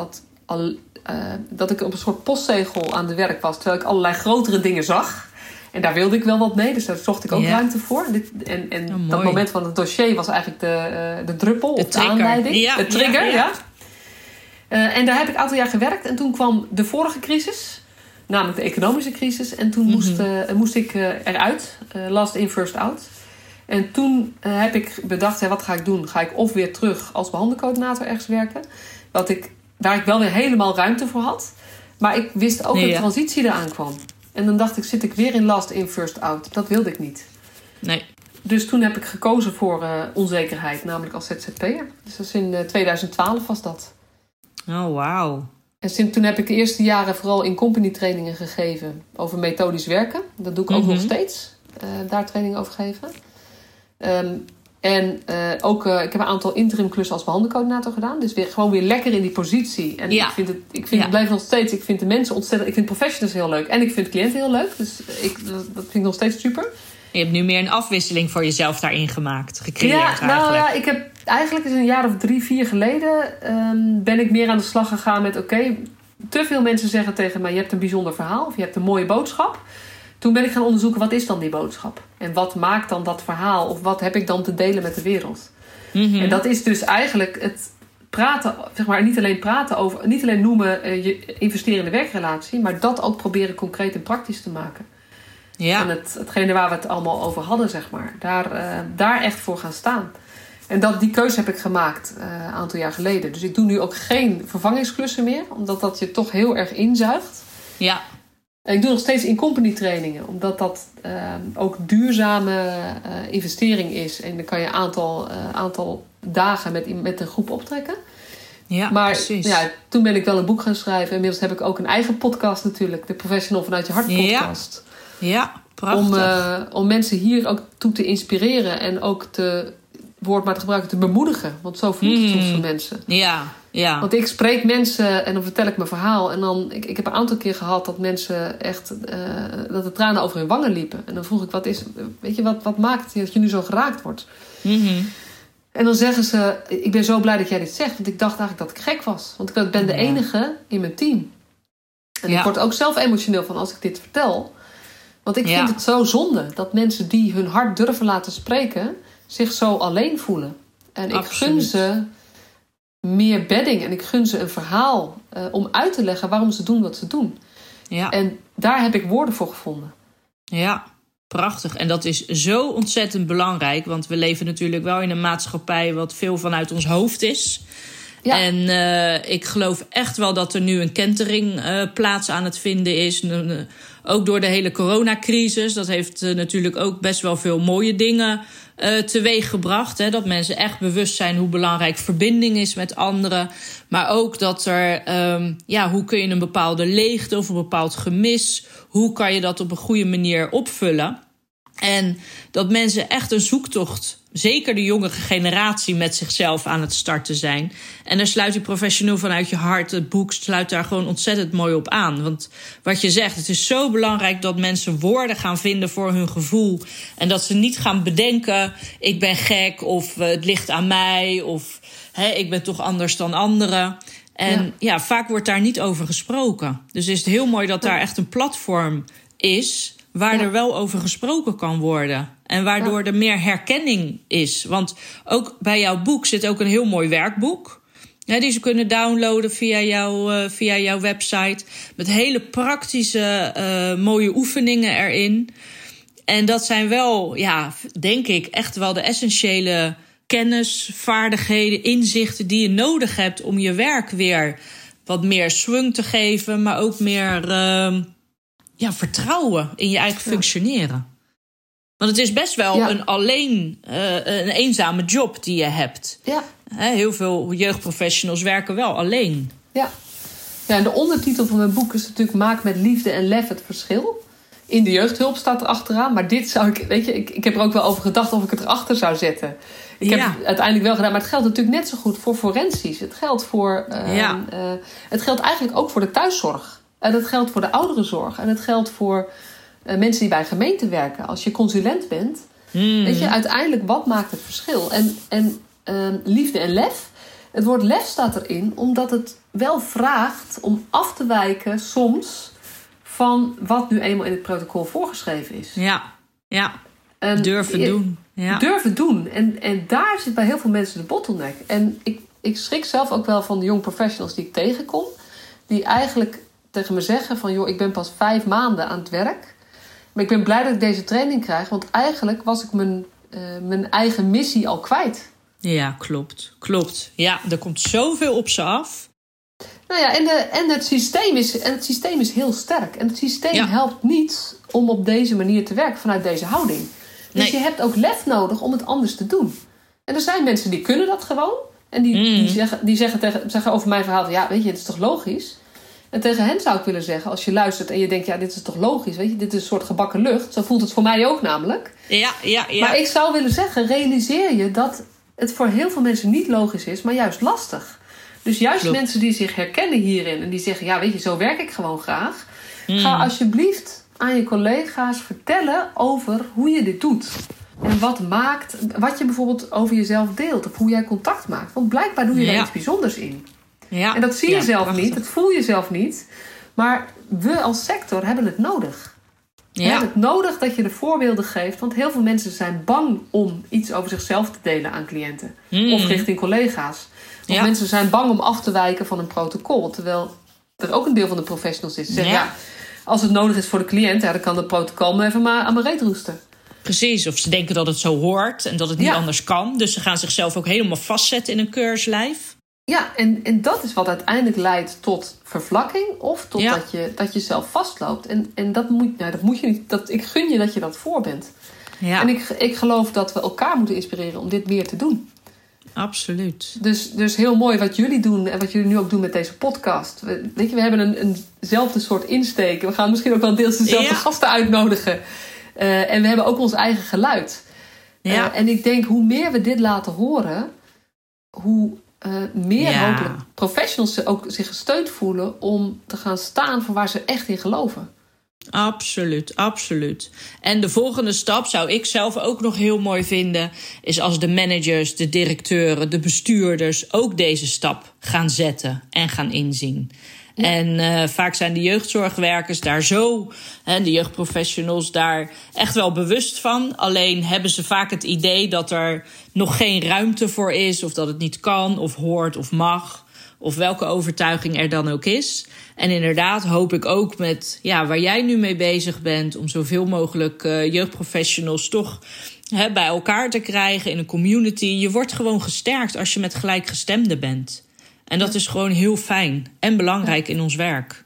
dat ik op een soort postzegel aan de werk was. Terwijl ik allerlei grotere dingen zag. En daar wilde ik wel wat mee. Dus daar zocht ik ook ruimte voor. Dat moment van het dossier was eigenlijk de druppel. De aanleiding. De trigger, en daar heb ik een aantal jaar gewerkt. En toen kwam de vorige crisis. Namelijk de economische crisis. En toen moest ik eruit. Last in, first out. En toen heb ik bedacht, wat ga ik doen? Ga ik of weer terug als behandelcoördinator ergens werken? Waar ik wel weer helemaal ruimte voor had. Maar ik wist ook dat de transitie eraan kwam. En dan dacht ik, zit ik weer in last in, first out? Dat wilde ik niet. Nee. Dus toen heb ik gekozen voor onzekerheid, namelijk als ZZP'er. Dus dat is in 2012 was dat. Oh, wauw. En toen heb ik de eerste jaren vooral in company trainingen gegeven over methodisch werken. Dat doe ik ook nog steeds. Daar trainingen over geven. Ik heb een aantal interim klussen als behandelcoördinator gedaan. Dus gewoon weer lekker in die positie. En ik blijf nog steeds. Ik vind de mensen ontzettend. Ik vind professionals heel leuk. En ik vind cliënten heel leuk. Dus dat vind ik nog steeds super. Je hebt nu meer een afwisseling voor jezelf daarin gemaakt. Gecreëerd eigenlijk. Ik heb eigenlijk een jaar of 3-4 geleden ben ik meer aan de slag gegaan met te veel mensen zeggen tegen mij: je hebt een bijzonder verhaal of je hebt een mooie boodschap. Toen ben ik gaan onderzoeken, wat is dan die boodschap? En wat maakt dan dat verhaal? Of wat heb ik dan te delen met de wereld? En dat is dus eigenlijk het praten, zeg maar, niet alleen noemen je investeren in de werkrelatie, maar dat ook proberen concreet en praktisch te maken. Ja. En hetgene waar we het allemaal over hadden, zeg maar. Daar echt voor gaan staan. En die keuze heb ik gemaakt een aantal jaar geleden. Dus ik doe nu ook geen vervangingsklussen meer, omdat dat je toch heel erg inzuigt. Ja. En ik doe nog steeds in company trainingen, omdat dat ook duurzame investering is. En dan kan je een aantal dagen met een groep optrekken. Ja, maar precies. Ja, toen ben ik wel een boek gaan schrijven. Inmiddels heb ik ook een eigen podcast natuurlijk. De Professional vanuit je hart podcast. Ja, prachtig. Om mensen hier ook toe te inspireren. En ook woord maar te gebruiken, te bemoedigen. Want zo voelt het soms voor mensen. Ja. Want ik spreek mensen en dan vertel ik mijn verhaal. En dan, ik heb een aantal keer gehad dat mensen echt dat de tranen over hun wangen liepen. En dan vroeg ik, wat maakt dat je nu zo geraakt wordt? En dan zeggen ze, ik ben zo blij dat jij dit zegt. Want ik dacht eigenlijk dat ik gek was. Want ik ben de enige in mijn team. En ik word ook zelf emotioneel van als ik dit vertel. Want ik vind het zo zonde dat mensen die hun hart durven laten spreken zich zo alleen voelen. En ik gun ze meer bedding en ik gun ze een verhaal om uit te leggen waarom ze doen wat ze doen. Ja. En daar heb ik woorden voor gevonden. Ja, prachtig. En dat is zo ontzettend belangrijk, want we leven natuurlijk wel in een maatschappij wat veel vanuit ons hoofd is. Ja. En ik geloof echt wel dat er nu een kentering plaats aan het vinden is. Ook door de hele coronacrisis. Dat heeft natuurlijk ook best wel veel mooie dingen teweeg gebracht. Hè? Dat mensen echt bewust zijn hoe belangrijk verbinding is met anderen. Maar ook dat er, hoe kun je een bepaalde leegte of een bepaald gemis, hoe kan je dat op een goede manier opvullen? En dat mensen echt een zoektocht, zeker de jongere generatie, met zichzelf aan het starten zijn. En daar sluit die Professional vanuit je hart, het boek, sluit daar gewoon ontzettend mooi op aan. Want wat je zegt, het is zo belangrijk dat mensen woorden gaan vinden voor hun gevoel. En dat ze niet gaan bedenken, ik ben gek of het ligt aan mij of ik ben toch anders dan anderen. En vaak wordt daar niet over gesproken. Dus is het heel mooi dat daar echt een platform is waar er wel over gesproken kan worden. En waardoor er meer herkenning is. Want ook bij jouw boek zit ook een heel mooi werkboek. Die ze kunnen downloaden via jouw website. Met hele praktische, mooie oefeningen erin. En dat zijn wel, denk ik, echt wel de essentiële kennis, vaardigheden, inzichten die je nodig hebt om je werk weer wat meer swing te geven. Maar ook meer vertrouwen in je eigen functioneren. Want het is best wel een eenzame job die je hebt. Ja. Heel veel jeugdprofessionals werken wel alleen. Ja, en de ondertitel van mijn boek is natuurlijk Maak met liefde en lef het verschil. In de jeugdhulp staat er achteraan. Maar dit zou ik heb er ook wel over gedacht of ik het erachter zou zetten. Ik heb het uiteindelijk wel gedaan. Maar het geldt natuurlijk net zo goed voor forensisch. Het geldt voor het geldt eigenlijk ook voor de thuiszorg. En dat geldt voor de ouderenzorg. En het geldt voor mensen die bij gemeenten werken. Als je consulent bent, weet je, uiteindelijk wat maakt het verschil? En liefde en lef. Het woord lef staat erin omdat het wel vraagt om af te wijken soms van wat nu eenmaal in het protocol voorgeschreven is. Ja. Durven doen. Ja. Durven doen. En daar zit bij heel veel mensen de bottleneck. En ik schrik zelf ook wel van de young professionals die ik tegenkom, die eigenlijk tegen me zeggen van, joh, ik ben pas 5 maanden aan het werk, maar ik ben blij dat ik deze training krijg, want eigenlijk was ik mijn eigen missie al kwijt. Ja, klopt. Ja, er komt zoveel op ze af. Nou ja, en het systeem is heel sterk. En het systeem helpt niet om op deze manier te werken, vanuit deze houding. Dus je hebt ook lef nodig om het anders te doen. En er zijn mensen die kunnen dat gewoon. En die zeggen over mijn verhaal van, ja, weet je, het is toch logisch? En tegen hen zou ik willen zeggen, als je luistert en je denkt, ja, dit is toch logisch, weet je, dit is een soort gebakken lucht. Zo voelt het voor mij ook namelijk. Ja. Maar ik zou willen zeggen, realiseer je dat het voor heel veel mensen niet logisch is, maar juist lastig. Dus juist mensen die zich herkennen hierin en die zeggen, ja, weet je, zo werk ik gewoon graag. Ga alsjeblieft aan je collega's vertellen over hoe je dit doet. En wat je bijvoorbeeld over jezelf deelt. Of hoe jij contact maakt. Want blijkbaar doe je daar iets bijzonders in. Ja. En dat zie je zelf niet. Dat voel je zelf niet. Maar we als sector hebben het nodig. We hebben het nodig dat je de voorbeelden geeft. Want heel veel mensen zijn bang om iets over zichzelf te delen aan cliënten. Of richting collega's. Of mensen zijn bang om af te wijken van een protocol. Terwijl er ook een deel van de professionals is. Die zeggen, als het nodig is voor de cliënt, dan kan het protocol me even maar aan mijn reet roesten. Precies, of ze denken dat het zo hoort en dat het niet anders kan. Dus ze gaan zichzelf ook helemaal vastzetten in een keurslijf. Ja, en dat is wat uiteindelijk leidt tot vervlakking of tot dat je zelf vastloopt. En dat moet je niet. Ik gun je dat je dat voor bent. Ja. En ik geloof dat we elkaar moeten inspireren om dit meer te doen. Absoluut. Dus heel mooi wat jullie doen en wat jullie nu ook doen met deze podcast. We hebben eenzelfde soort insteek. We gaan misschien ook wel deels dezelfde gasten uitnodigen. En we hebben ook ons eigen geluid. En ik denk, hoe meer we dit laten horen, hoe meer hopelijk professionals ook zich gesteund voelen om te gaan staan voor waar ze echt in geloven. Absoluut, absoluut. En de volgende stap zou ik zelf ook nog heel mooi vinden, is als de managers, de directeuren, de bestuurders ook deze stap gaan zetten en gaan inzien. Ja. En vaak zijn de jeugdzorgwerkers daar de jeugdprofessionals daar echt wel bewust van. Alleen hebben ze vaak het idee dat er nog geen ruimte voor is, of dat het niet kan, of hoort, of mag, of welke overtuiging er dan ook is. En inderdaad hoop ik ook met waar jij nu mee bezig bent, om zoveel mogelijk jeugdprofessionals toch bij elkaar te krijgen in een community. Je wordt gewoon gesterkt als je met gelijkgestemden bent. En dat is gewoon heel fijn en belangrijk in ons werk.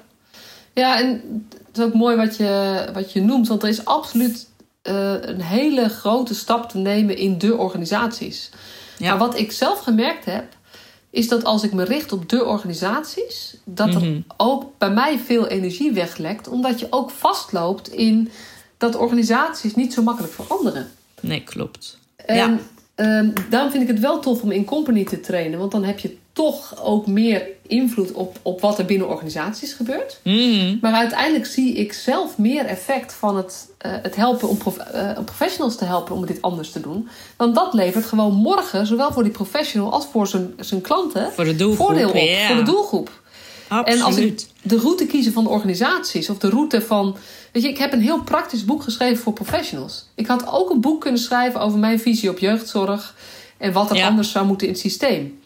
Ja, en het is ook mooi wat je noemt. Want er is absoluut een hele grote stap te nemen in de organisaties. Ja. Maar wat ik zelf gemerkt heb, is dat als ik me richt op de organisaties, dat er ook bij mij veel energie weglekt. Omdat je ook vastloopt in dat organisaties niet zo makkelijk veranderen. Nee, klopt. En daarom vind ik het wel tof om in company te trainen. Want dan heb je toch ook meer invloed op wat er binnen organisaties gebeurt. Maar uiteindelijk zie ik zelf meer effect van het helpen om professionals te helpen om dit anders te doen. Want dat levert gewoon morgen, zowel voor die professional als voor zijn klanten, voordeel op. Voor de doelgroep. Absoluut. En als ik de route kiezen van organisaties of de route van... Weet je, ik heb een heel praktisch boek geschreven voor professionals. Ik had ook een boek kunnen schrijven over mijn visie op jeugdzorg en wat er anders zou moeten in het systeem.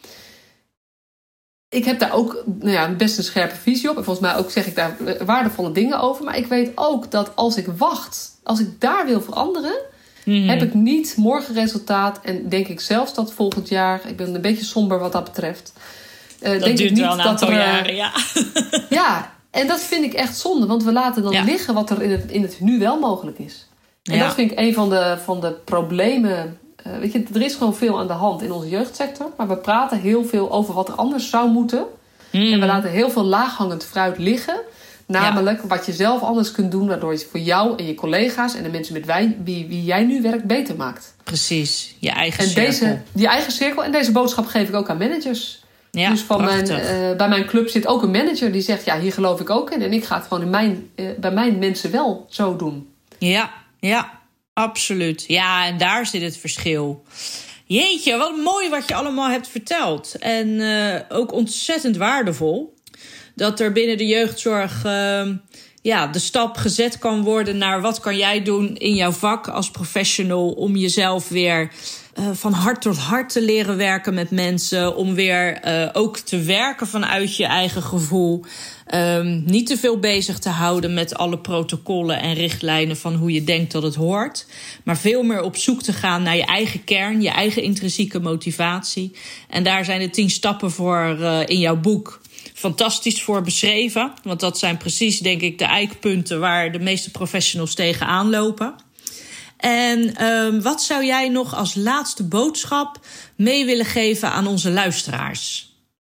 Ik heb daar ook best een scherpe visie op. En volgens mij ook zeg ik daar waardevolle dingen over. Maar ik weet ook dat als ik wacht, als ik daar wil veranderen, heb ik niet morgen resultaat. En denk ik zelfs dat volgend jaar, ik ben een beetje somber wat dat betreft. Dat denk duurt ik niet wel een aantal jaren, Ja, en dat vind ik echt zonde. Want we laten dan liggen wat er in het nu wel mogelijk is. En dat vind ik een van de problemen. Weet je, er is gewoon veel aan de hand in onze jeugdsector. Maar we praten heel veel over wat er anders zou moeten. En we laten heel veel laaghangend fruit liggen. Namelijk wat je zelf anders kunt doen, waardoor je het voor jou en je collega's en de mensen met wie jij nu werkt beter maakt. Precies, je eigen cirkel. Die eigen cirkel. En deze boodschap geef ik ook aan managers. Ja, dus bij mijn club zit ook een manager die zegt, hier geloof ik ook in. En ik ga het gewoon bij mijn mensen wel zo doen. Ja, absoluut. Ja, en daar zit het verschil. Jeetje, wat mooi wat je allemaal hebt verteld. En ook ontzettend waardevol. Dat er binnen de jeugdzorg de stap gezet kan worden naar wat kan jij doen in jouw vak als professional om jezelf weer van hart tot hart te leren werken met mensen. Om weer ook te werken vanuit je eigen gevoel. Niet te veel bezig te houden met alle protocollen en richtlijnen van hoe je denkt dat het hoort. Maar veel meer op zoek te gaan naar je eigen kern, je eigen intrinsieke motivatie. En daar zijn de 10 stappen voor in jouw boek fantastisch voor beschreven. Want dat zijn precies, denk ik, de eikpunten waar de meeste professionals tegenaan lopen. En wat zou jij nog als laatste boodschap mee willen geven aan onze luisteraars?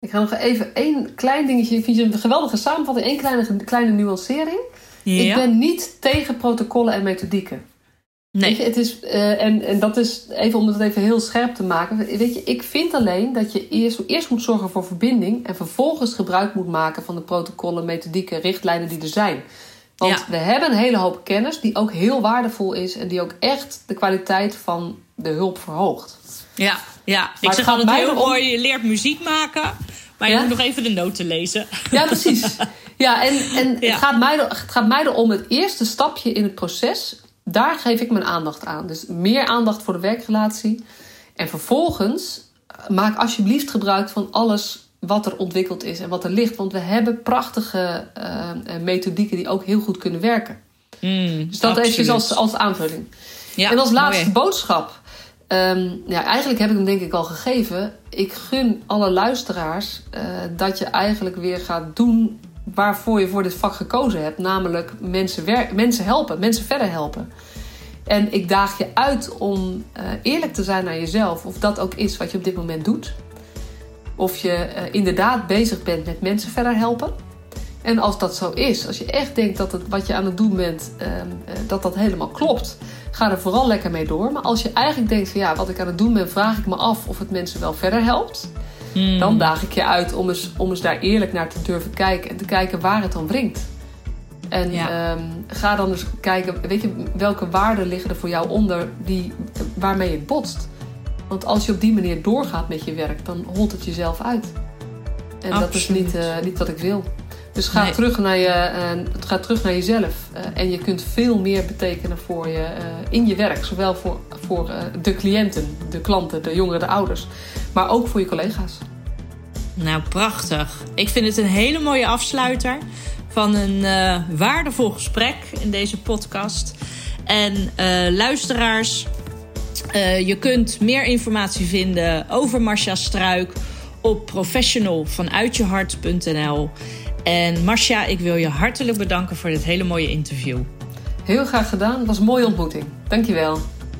Ik ga nog even één klein dingetje. Ik vind je een geweldige samenvatting. Één kleine nuancering. Ja. Ik ben niet tegen protocollen en methodieken. Nee. Weet je, het is, en dat is even om het even heel scherp te maken. Weet je, ik vind alleen dat je eerst moet zorgen voor verbinding. En vervolgens gebruik moet maken van de protocollen, methodieken, richtlijnen die er zijn. Want we hebben een hele hoop kennis die ook heel waardevol is. En die ook echt de kwaliteit van de hulp verhoogt. Ja. Ik zeg altijd heel mooi, je leert muziek maken. Maar je moet nog even de noten lezen. Ja, precies. Ja, en het gaat mij erom het eerste stapje in het proces. Daar geef ik mijn aandacht aan. Dus meer aandacht voor de werkrelatie. En vervolgens maak alsjeblieft gebruik van alles wat er ontwikkeld is en wat er ligt. Want we hebben prachtige methodieken die ook heel goed kunnen werken. Dus dat even als aanvulling. Ja, en als laatste boodschap. Eigenlijk heb ik hem denk ik al gegeven. Ik gun alle luisteraars dat je eigenlijk weer gaat doen waarvoor je voor dit vak gekozen hebt. Namelijk mensen helpen, mensen verder helpen. En ik daag je uit om eerlijk te zijn naar jezelf. Of dat ook is wat je op dit moment doet. Of je inderdaad bezig bent met mensen verder helpen. En als dat zo is, als je echt denkt dat wat je aan het doen bent, dat helemaal klopt, ga er vooral lekker mee door. Maar als je eigenlijk denkt van wat ik aan het doen ben, vraag ik me af of het mensen wel verder helpt. Dan daag ik je uit om eens daar eerlijk naar te durven kijken. En te kijken waar het dan wringt. En ga dan eens kijken, weet je, welke waarden liggen er voor jou onder waarmee je botst. Want als je op die manier doorgaat met je werk, dan holt het jezelf uit. En dat is niet wat ik wil. Dus ga terug naar jezelf. En je kunt veel meer betekenen voor je in je werk. Zowel voor de cliënten, de klanten, de jongeren, de ouders. Maar ook voor je collega's. Nou, prachtig. Ik vind het een hele mooie afsluiter van een waardevol gesprek in deze podcast. En luisteraars, je kunt meer informatie vinden over Marcia Struik op professionalvanuitjehart.nl. En Marcia, ik wil je hartelijk bedanken voor dit hele mooie interview. Heel graag gedaan. Het was een mooie ontmoeting. Dankjewel.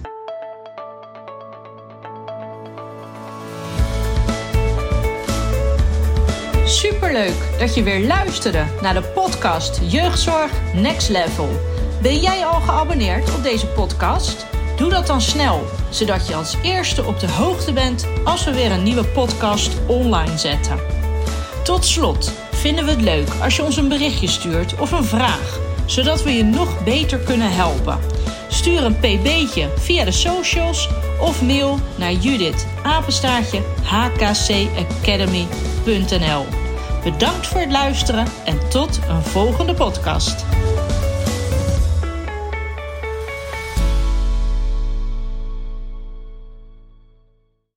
Superleuk dat je weer luisterde naar de podcast Jeugdzorg Next Level. Ben jij al geabonneerd op deze podcast? Doe dat dan snel, zodat je als eerste op de hoogte bent als we weer een nieuwe podcast online zetten. Tot slot vinden we het leuk als je ons een berichtje stuurt of een vraag, zodat we je nog beter kunnen helpen. Stuur een pb'tje via de socials of mail naar judith@hkcacademy.nl. Bedankt voor het luisteren en tot een volgende podcast.